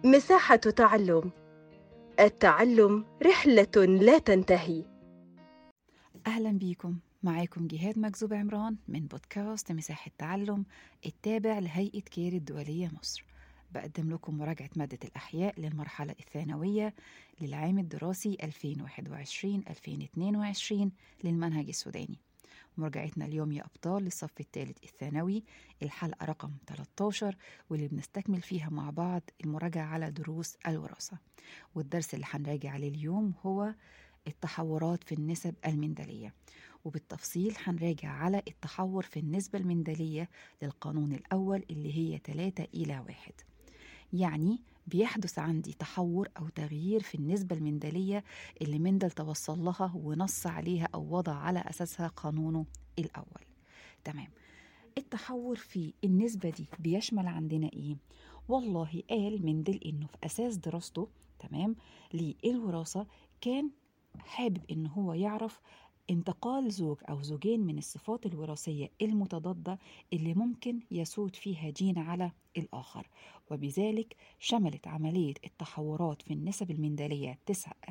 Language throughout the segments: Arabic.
مساحة تعلم. التعلم رحلة لا تنتهي. أهلا بيكم، معاكم جهاد مجذوب عمران من بودكاست مساحة تعلم التابع لهيئة كير الدولية مصر. بقدم لكم مراجعة مادة الأحياء للمرحلة الثانوية للعام الدراسي 2021-2022 للمنهج السوداني. مراجعتنا اليوم يا أبطال للصف الثالث الثانوي، الحلقة رقم 13، واللي بنستكمل فيها مع بعض المراجعة على دروس الوراثة. والدرس اللي هنراجع عليه اليوم هو التحورات في النسب المندلية، وبالتفصيل هنراجع على التحور في النسبة المندلية للقانون الأول اللي هي 3:1. يعني بيحدث عندي تحور أو تغيير في النسبة المندلية اللي مندل توصل لها ونص عليها أو وضع على أساسها قانونه الأول. تمام، التحور في النسبة دي بيشمل عندنا إيه؟ والله قال مندل إنه في أساس دراسته تمام للوراثة كان حابب إن هو يعرف انتقال زوج أو زوجين من الصفات الوراثية المتضادة اللي ممكن يسود فيها جين على الآخر، وبذلك شملت عملية التحورات في النسب المندلية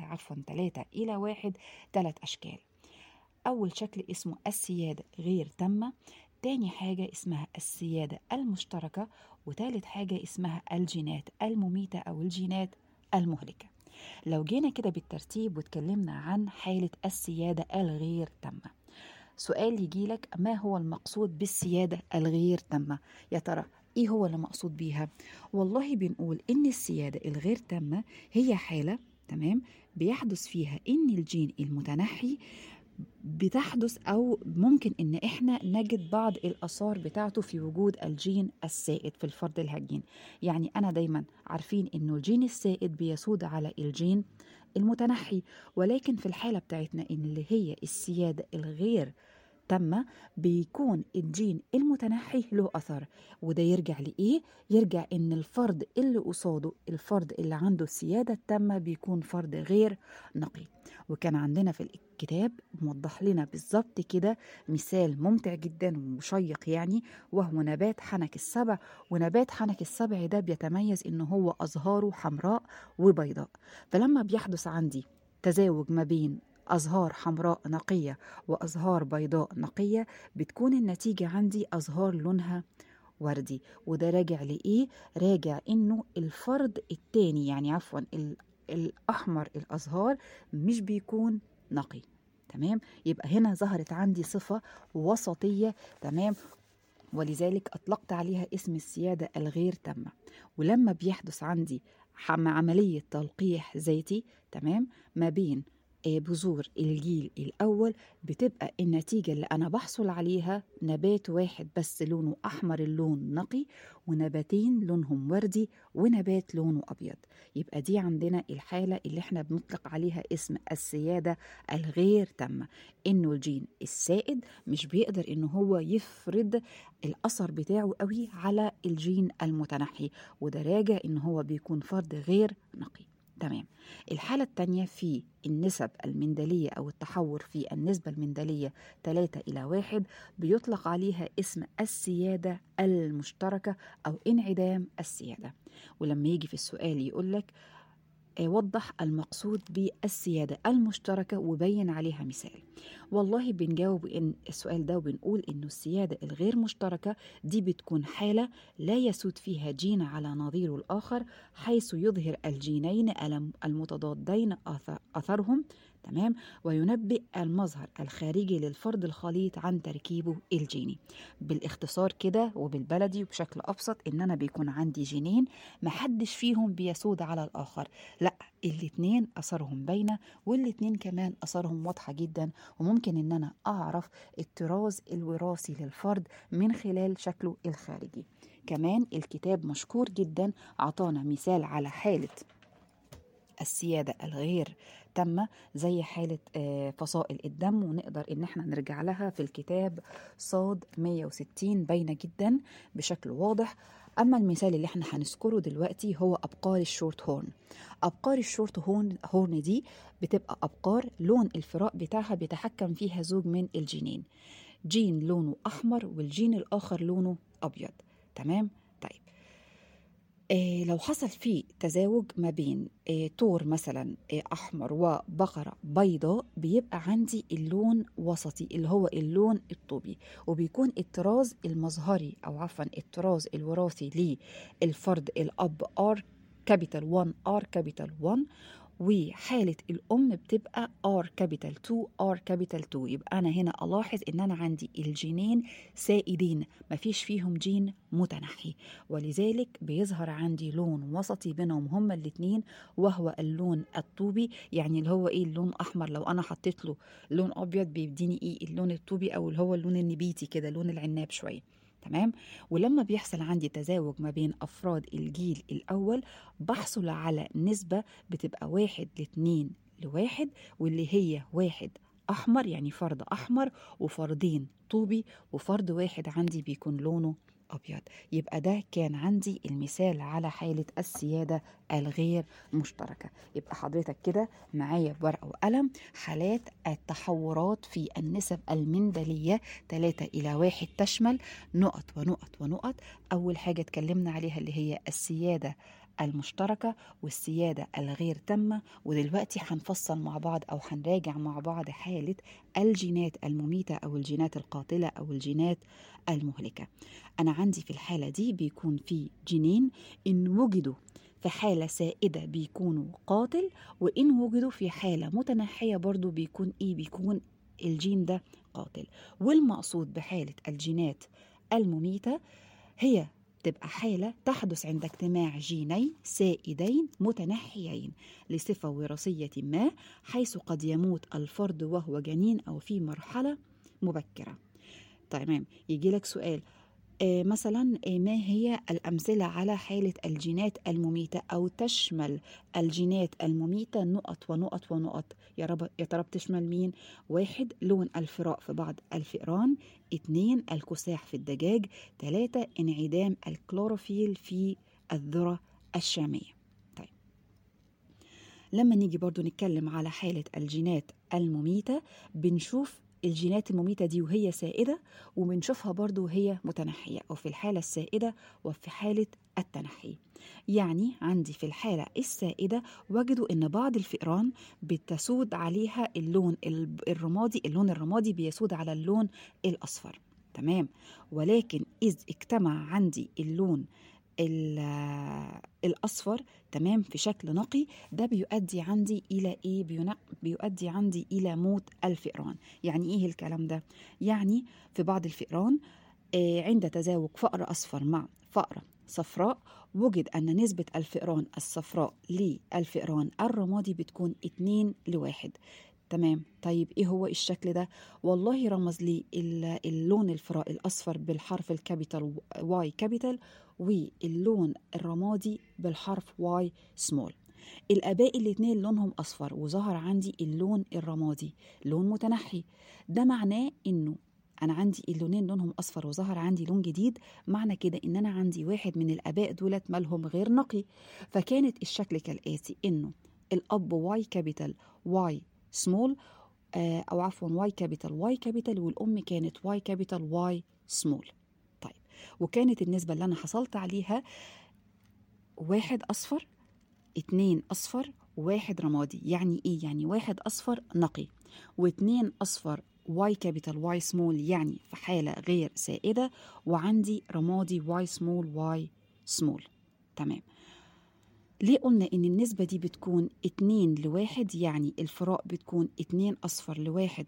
3:1 3 أشكال. أول شكل اسمه السيادة غير تامة، تاني حاجة اسمها السيادة المشتركة، وتالت حاجة اسمها الجينات المميتة أو الجينات المهلكة. لو جينا كده بالترتيب واتكلمنا عن حالة السيادة الغير تامة، سؤال يجيلك: ما هو المقصود بالسيادة الغير تامة؟ يا ترى ايه هو اللي مقصود بيها؟ والله بنقول ان السيادة الغير تامة هي حالة تمام بيحدث فيها ان الجين المتنحي بتحدث أو ممكن إن إحنا نجد بعض الآثار بتاعته في وجود الجين السائد في الفرد الهجين. يعني أنا دايما عارفين إنه الجين السائد بيسود على الجين المتنحي، ولكن في الحالة بتاعتنا إن اللي هي السيادة الغير تامة بيكون الجين المتنحي له أثر. وده يرجع لإيه؟ يرجع إن الفرد اللي قصاده، الفرد اللي عنده السيادة التامة، بيكون فرد غير نقي. وكان عندنا في الكتاب موضح لنا بالظبط كده مثال ممتع جدا ومشيق، يعني وهو نبات حنك السبع. ونبات حنك السبع ده بيتميز إنه هو أزهاره حمراء وبيضاء. فلما بيحدث عندي تزاوج ما بين أزهار حمراء نقية وأزهار بيضاء نقية، بتكون النتيجة عندي أزهار لونها وردي. وده راجع لإيه؟ راجع إنه الفرد التاني، يعني عفوا الأحمر الأزهار مش بيكون نقي. تمام، يبقى هنا ظهرت عندي صفة وسطية. تمام، ولذلك أطلقت عليها اسم السيادة الغير تامة. ولما بيحدث عندي عملية تلقيح ذاتي تمام ما بين بذور الجيل الأول، بتبقى النتيجة اللي أنا بحصل عليها نبات واحد بس لونه أحمر اللون نقي، ونباتين لونهم وردي، ونبات لونه أبيض. يبقى دي عندنا الحالة اللي احنا بنطلق عليها اسم السيادة الغير تامة، إنه الجين السائد مش بيقدر إنه هو يفرض الأثر بتاعه قوي على الجين المتنحي، وده راجع إن هو بيكون فرد غير نقي. تمام، الحالة التانية في النسب المندلية أو التحور في النسبة المندلية 3:1 بيطلق عليها اسم السيادة المشتركة أو انعدام السيادة. ولما يجي في السؤال يقولك وضح المقصود بالسيادة المشتركة وبين عليها مثال، والله بنجاوب إن السؤال ده وبنقول إنه السيادة الغير مشتركة دي بتكون حالة لا يسود فيها جين على نظيره الآخر، حيث يظهر الجينين المتضادين أثرهم تمام، وينبئ المظهر الخارجي للفرد الخليط عن تركيبه الجيني. بالاختصار كده وبالبلدي وبشكل أبسط، إن أنا بيكون عندي جينين محدش فيهم بيسود على الآخر، لا الاتنين أثرهم باينة، والاتنين كمان أثرهم واضحة جدا، وممكن إن أنا أعرف الطراز الوراثي للفرد من خلال شكله الخارجي. كمان الكتاب مشكور جدا عطانا مثال على حالة السيادة الغير تامة زي حالة فصائل الدم، ونقدر إن احنا نرجع لها في الكتاب صاد 160 باينة جدا بشكل واضح. أما المثال اللي احنا هنذكره دلوقتي هو أبقار الشورت هورن. أبقار الشورت هورن دي بتبقى أبقار لون الفراء بتاعها بيتحكم فيها زوج من الجينين، جين لونه أحمر والجين الآخر لونه أبيض. تمام، طيب لو حصل فيه تزاوج ما بين تور مثلا أحمر وبقرة بيضاء، بيبقى عندي اللون وسطي اللي هو اللون الطوبي، وبيكون الطراز المظهري أو عفوا الطراز الوراثي للفرد الأب R capital 1 R capital 1، وحالة الأم بتبقى R capital 2 R capital 2. يبقى أنا هنا ألاحظ إن أنا عندي الجينين سائدين، مفيش فيهم جين متنحي، ولذلك بيظهر عندي لون وسطي بينهم هما الاتنين، وهو اللون الطوبي. يعني اللي هو إيه، اللون أحمر لو أنا حطيت له لون أبيض بيديني إيه، اللون الطوبي، أو اللي هو اللون النبيتي كده، لون العناب شوية. تمام. ولما بيحصل عندي تزاوج ما بين أفراد الجيل الأول، بحصل على نسبة بتبقى 1:2:1، واللي هي 1 أحمر يعني فرد أحمر، وفردين طوبي، وفرد واحد عندي بيكون لونه أبيض. يبقى ده كان عندي المثال على حالة السيادة الغير مشتركة. يبقى حضرتك كده معايا بورقة وقلم حالات التحورات في النسب المندلية 3:1، تشمل نقط ونقط ونقط. أول حاجة اتكلمنا عليها اللي هي السيادة المشتركة والسيادة الغير تامة، ودلوقتي هنفصل مع بعض أو هنراجع مع بعض حالة الجينات المميتة أو الجينات القاتلة أو الجينات المهلكة. أنا عندي في الحالة دي بيكون في جينين، إن وجدوا في حالة سائدة بيكونوا قاتل، وإن وجدوا في حالة متنحية برضو بيكون إيه، بيكون الجين ده قاتل. والمقصود بحالة الجينات المميتة هي تبقى حالة تحدث عند اجتماع جينين سائدين متنحيين لصفة وراثية ما، حيث قد يموت الفرد وهو جنين أو في مرحلة مبكرة. تمام. يجي لك سؤال مثلا ما هي الأمثلة على حالة الجينات المميتة، أو تشمل الجينات المميتة نقط ونقط ونقط. يا ترى بتشمل مين؟ 1 لون الفراء في بعض الفئران، 2 الكساح في الدجاج، 3 انعدام الكلوروفيل في الذرة الشامية. طيب، لما نيجي برضو نتكلم على حالة الجينات المميتة، بنشوف الجينات المميتة دي وهي سائدة، وبنشوفها برضو وهي متنحية، أو في الحالة السائدة وفي حالة التنحي. يعني عندي في الحالة السائدة وجدوا أن بعض الفئران بتسود عليها اللون الرمادي، اللون الرمادي بيسود على اللون الأصفر. تمام. ولكن إذ اجتمع عندي اللون الأصفر تمام في شكل نقي، ده بيؤدي عندي إلى إيه؟ بيؤدي عندي إلى موت الفئران. يعني إيه الكلام ده؟ يعني في بعض الفئران عند تزاوج فأر أصفر مع فأرة صفراء، وجد أن نسبة الفئران الصفراء للفئران الرمادي بتكون 2:1. تمام. طيب ايه هو الشكل ده؟ والله رمز لي اللون الفراء الأصفر بالحرف الكابيتال واي كابيتال، واللون الرمادي بالحرف واي سمول. الآباء الاتنين لونهم أصفر، وظهر عندي اللون الرمادي لون متنحي. ده معناه إنه أنا عندي اللونين لونهم أصفر وظهر عندي لون جديد، معنى كده إن أنا عندي واحد من الآباء دولت مالهم غير نقي. فكانت الشكل كالآتي، إنه الأب واي كابيتال واي سمول، أو عفوا واي كابيتال واي كابيتال، والأم كانت واي كابيتال واي سمول. طيب، وكانت النسبة اللي أنا حصلت عليها 1 أصفر 2 أصفر 1 رمادي. يعني إيه؟ يعني 1 أصفر نقي، و2 أصفر واي كابيتال واي سمول يعني في حالة غير سائدة، وعندي رمادي واي سمول واي سمول. تمام. ليه قلنا إن النسبة دي بتكون 2:1؟ يعني الفراء بتكون 2 أصفر ل1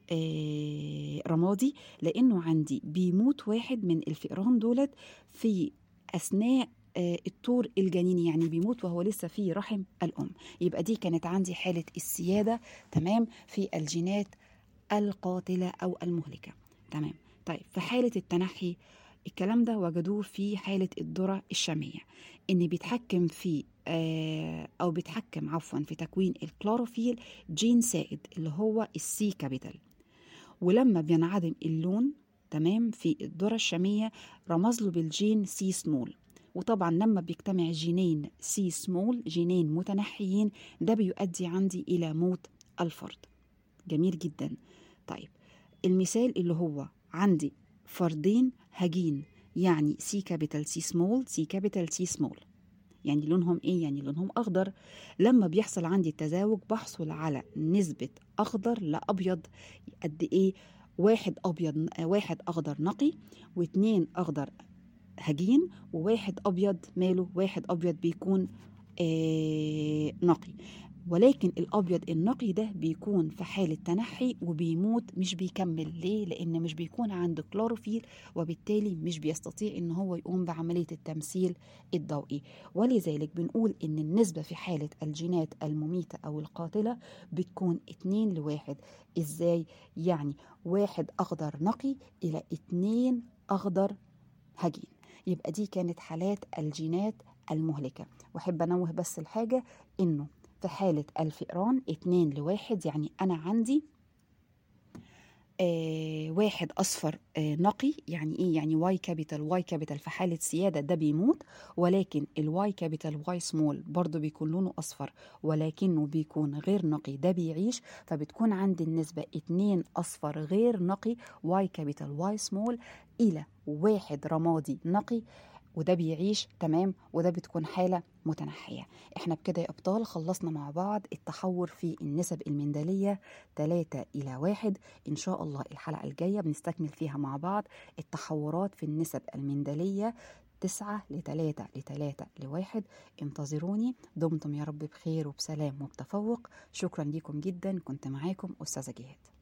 رمادي، لأنه عندي بيموت واحد من الفئران دولت في أثناء الطور الجنيني، يعني بيموت وهو لسه في رحم الأم. يبقى دي كانت عندي حالة السيادة تمام في الجينات القاتلة أو المهلكة. تمام. طيب، في حالة التنحي الكلام ده وجدوه في حالة الذرة الشامية، إن بيتحكم في أو بيتحكم عفوا في تكوين الكلوروفيل جين سائد اللي هو السي كابيتال. ولما بينعدم اللون تمام في الذرة الشامية رمز له بالجين سي سمول. وطبعا لما بيجتمع جينين سي سمول، جينين متنحيين، ده بيؤدي عندي إلى موت الفرد. جميل جدا. طيب، المثال اللي هو عندي فردين هجين، يعني سي كابيتال سي سمول سي كابيتال سي سمول. يعني لونهم إيه؟ يعني لونهم أخضر. لما بيحصل عندي التزاوج بحصل على نسبة أخضر لأبيض قد إيه؟ واحد أخضر نقي، واتنين أخضر هجين، وواحد أبيض. ماله واحد أبيض؟ بيكون نقي. ولكن الأبيض النقي ده بيكون في حالة تنحي وبيموت، مش بيكمل. ليه؟ لأن مش بيكون عنده كلوروفيل، وبالتالي مش بيستطيع إن هو يقوم بعملية التمثيل الضوئي. ولذلك بنقول إن النسبة في حالة الجينات المميتة أو القاتلة بتكون 2 ل1. إزاي؟ يعني 1 أخضر نقي إلى 2 أخضر هجين. يبقى دي كانت حالات الجينات المهلكة. وأحب أنوه بس الحاجة إنه في حالة الفئران 2 ل1، يعني أنا عندي 1 أصفر نقي. يعني إيه؟ يعني واي كابيتال في حالة سيادة ده بيموت، ولكن الواي كابيتال واي سمول برضو بيكون لونه أصفر ولكنه بيكون غير نقي، ده بيعيش. فبتكون عندي النسبة 2 أصفر غير نقي واي كابيتال واي سمول إلى 1 رمادي نقي، وده بيعيش. تمام. وده بتكون حالة متنحية. احنا بكده يا أبطال خلصنا مع بعض التحور في النسب المندلية 3 ل1. إن شاء الله الحلقة الجاية بنستكمل فيها مع بعض التحورات في النسب المندلية 9 ل3 ل3 ل1. انتظروني. دمتم يا رب بخير وبسلام وبتفوق. شكرا لكم جدا. كنت معاكم أستاذة جهاد.